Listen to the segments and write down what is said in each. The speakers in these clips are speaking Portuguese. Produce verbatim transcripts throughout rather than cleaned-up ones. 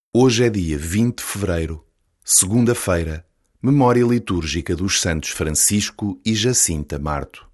Hoje é dia vinte de fevereiro, segunda-feira, memória litúrgica dos santos Francisco e Jacinta Marto.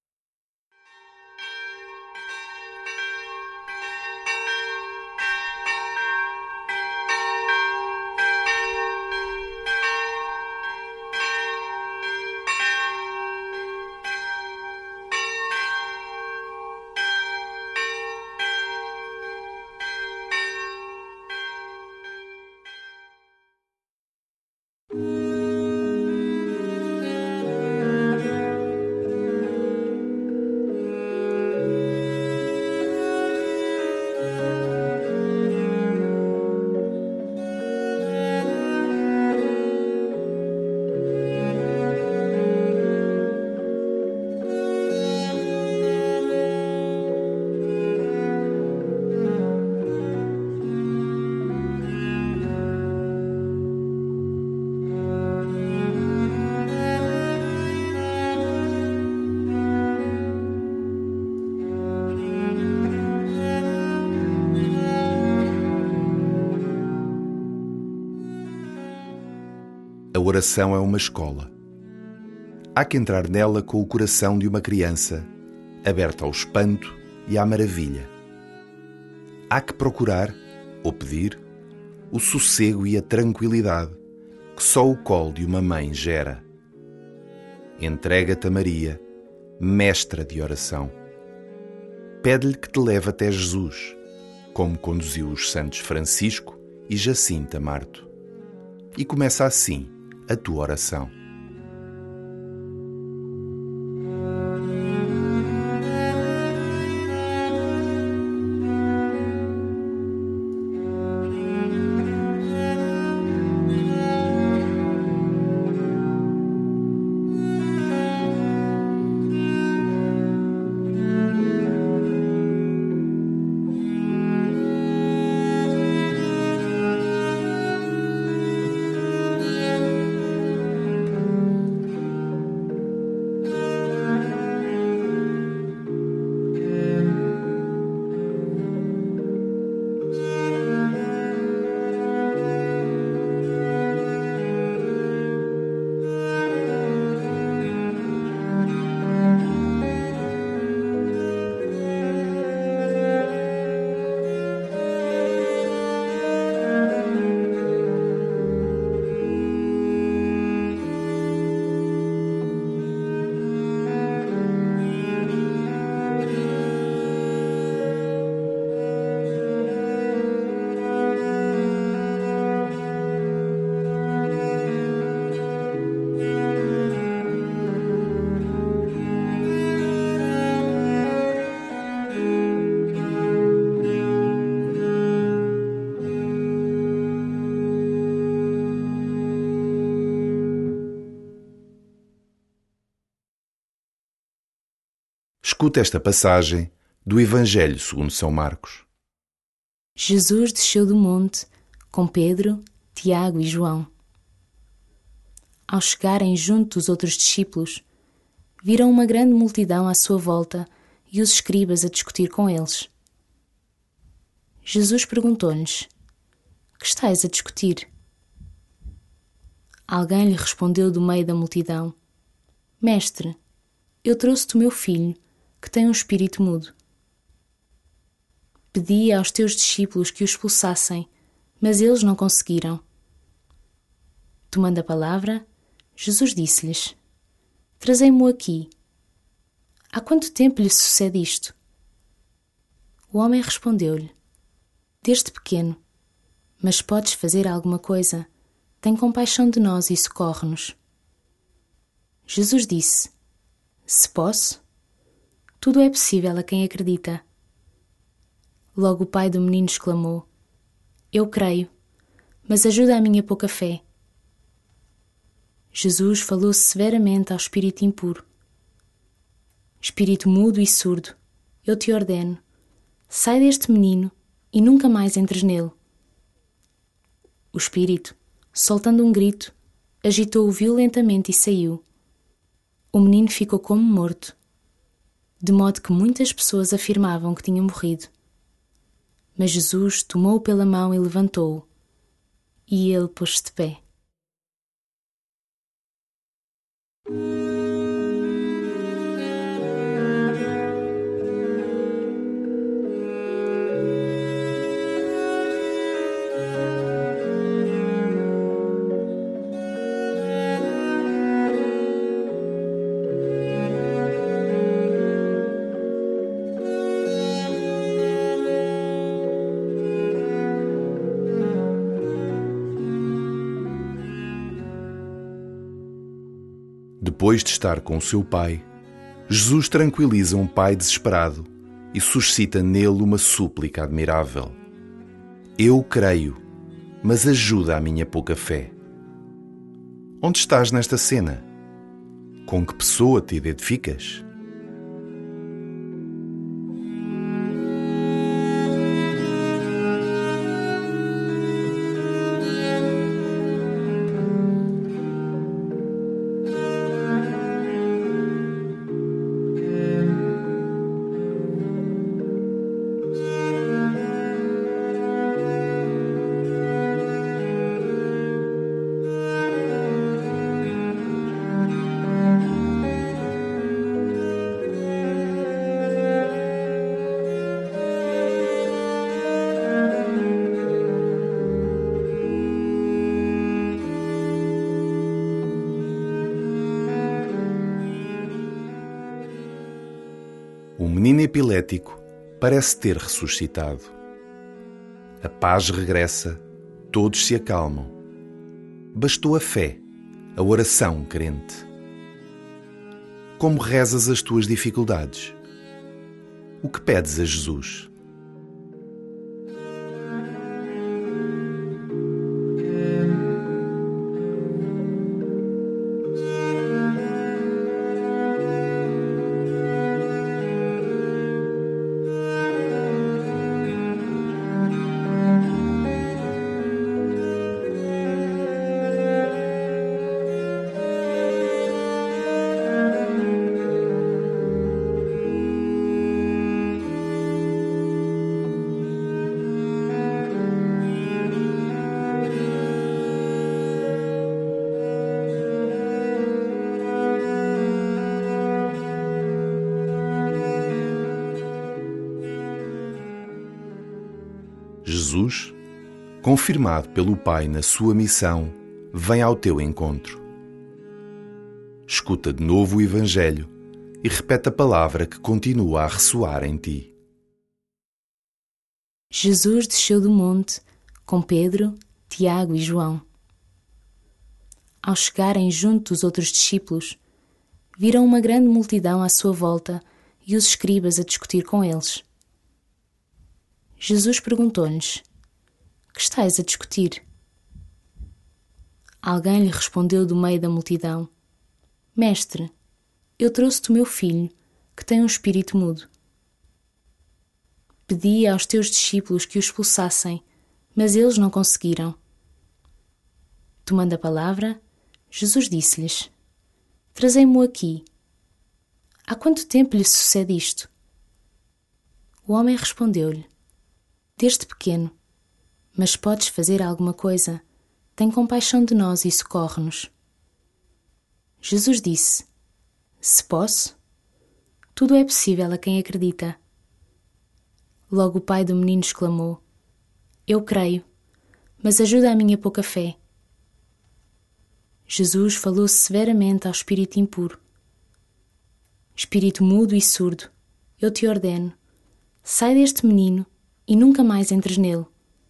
A oração é uma escola. Há que entrar nela com o coração de uma criança, aberto ao espanto e à maravilha. Há que procurar, ou pedir, o sossego e a tranquilidade que só o colo de uma mãe gera. Entrega-te a Maria, mestra de oração. Pede-lhe que te leve até Jesus, como conduziu os santos Francisco e Jacinta Marto. E começa assim a tua oração. Escuta esta passagem do Evangelho segundo São Marcos. Jesus desceu do monte com Pedro, Tiago e João. Ao chegarem junto dos outros discípulos, viram uma grande multidão à sua volta e os escribas a discutir com eles. Jesus perguntou-lhes: "Que estáis a discutir?" Alguém lhe respondeu do meio da multidão: "Mestre, eu trouxe-te o meu filho, que tem um espírito mudo. Pedi aos teus discípulos que o expulsassem, mas eles não conseguiram." Tomando a palavra, Jesus disse-lhes: "Trazei-mo aqui. Há quanto tempo lhe sucede isto?" O homem respondeu-lhe: "Desde pequeno. Mas podes fazer alguma coisa? Tem compaixão de nós e socorre-nos." Jesus disse: "Se posso? Tudo é possível a quem acredita." Logo o pai do menino exclamou: "Eu creio, mas ajuda a minha pouca fé." Jesus falou severamente ao espírito impuro: "Espírito mudo e surdo, eu te ordeno, sai deste menino e nunca mais entres nele." O espírito, soltando um grito, agitou-o violentamente e saiu. O menino ficou como morto, de modo que muitas pessoas afirmavam que tinha morrido. Mas Jesus tomou-o pela mão e levantou-o. E ele pôs-se de pé. Depois de estar com seu pai, Jesus tranquiliza um pai desesperado e suscita nele uma súplica admirável. Eu creio, mas ajuda a minha pouca fé. Onde estás nesta cena? Com que pessoa te identificas? O menino epilético parece ter ressuscitado. A paz regressa, todos se acalmam. Bastou a fé, a oração crente. Como rezas as tuas dificuldades? O que pedes a Jesus? Jesus, confirmado pelo Pai na sua missão, vem ao teu encontro. Escuta de novo o Evangelho e repete a palavra que continua a ressoar em ti. Jesus desceu do monte com Pedro, Tiago e João. Ao chegarem junto dos outros discípulos, viram uma grande multidão à sua volta e os escribas a discutir com eles. Jesus perguntou-lhes: Que estáis a discutir? Alguém lhe respondeu do meio da multidão: Mestre, eu trouxe-te o meu filho, que tem um espírito mudo. Pedi aos teus discípulos que o expulsassem, mas eles não conseguiram. Tomando a palavra, Jesus disse-lhes: Trazei-mo aqui. Há quanto tempo lhe sucede isto? O homem respondeu-lhe: Desde pequeno. Mas podes fazer alguma coisa? Tem compaixão de nós e socorre-nos. Jesus disse: Se posso? Tudo é possível a quem acredita. Logo o pai do menino exclamou: Eu creio, mas ajuda a minha pouca fé. Jesus falou severamente ao espírito impuro: Espírito mudo e surdo, eu te ordeno, sai deste menino e nunca mais entres nele.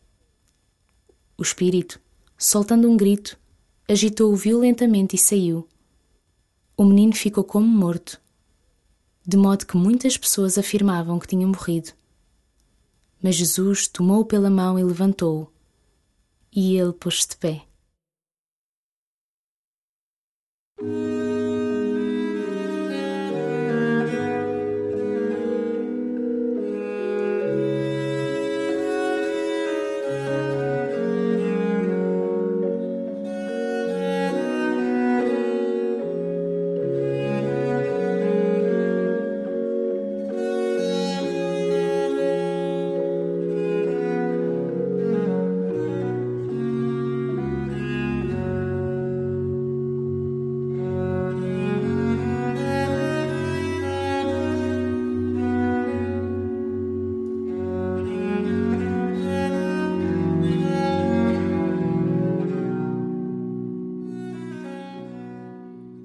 O espírito, soltando um grito, agitou-o violentamente e saiu. O menino ficou como morto, de modo que muitas pessoas afirmavam que tinha morrido. Mas Jesus tomou-o pela mão e levantou-o, e ele pôs-se de pé.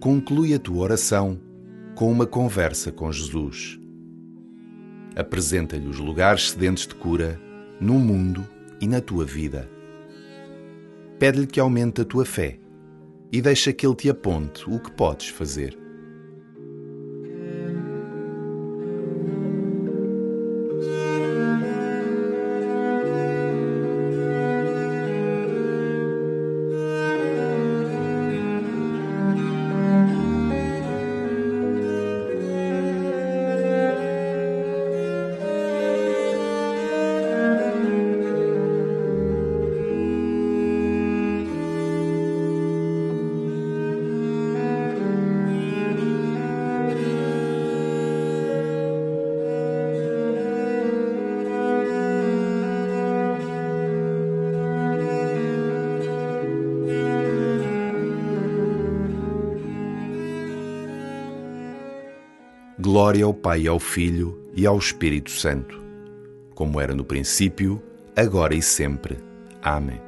conclui a tua oração com uma conversa com Jesus. Apresenta-lhe os lugares sedentes de cura no mundo e na tua vida. Pede-lhe que aumente a tua fé e deixa que Ele te aponte o que podes fazer. Glória ao Pai, e ao Filho e ao Espírito Santo, como era no princípio, agora e sempre. Amém.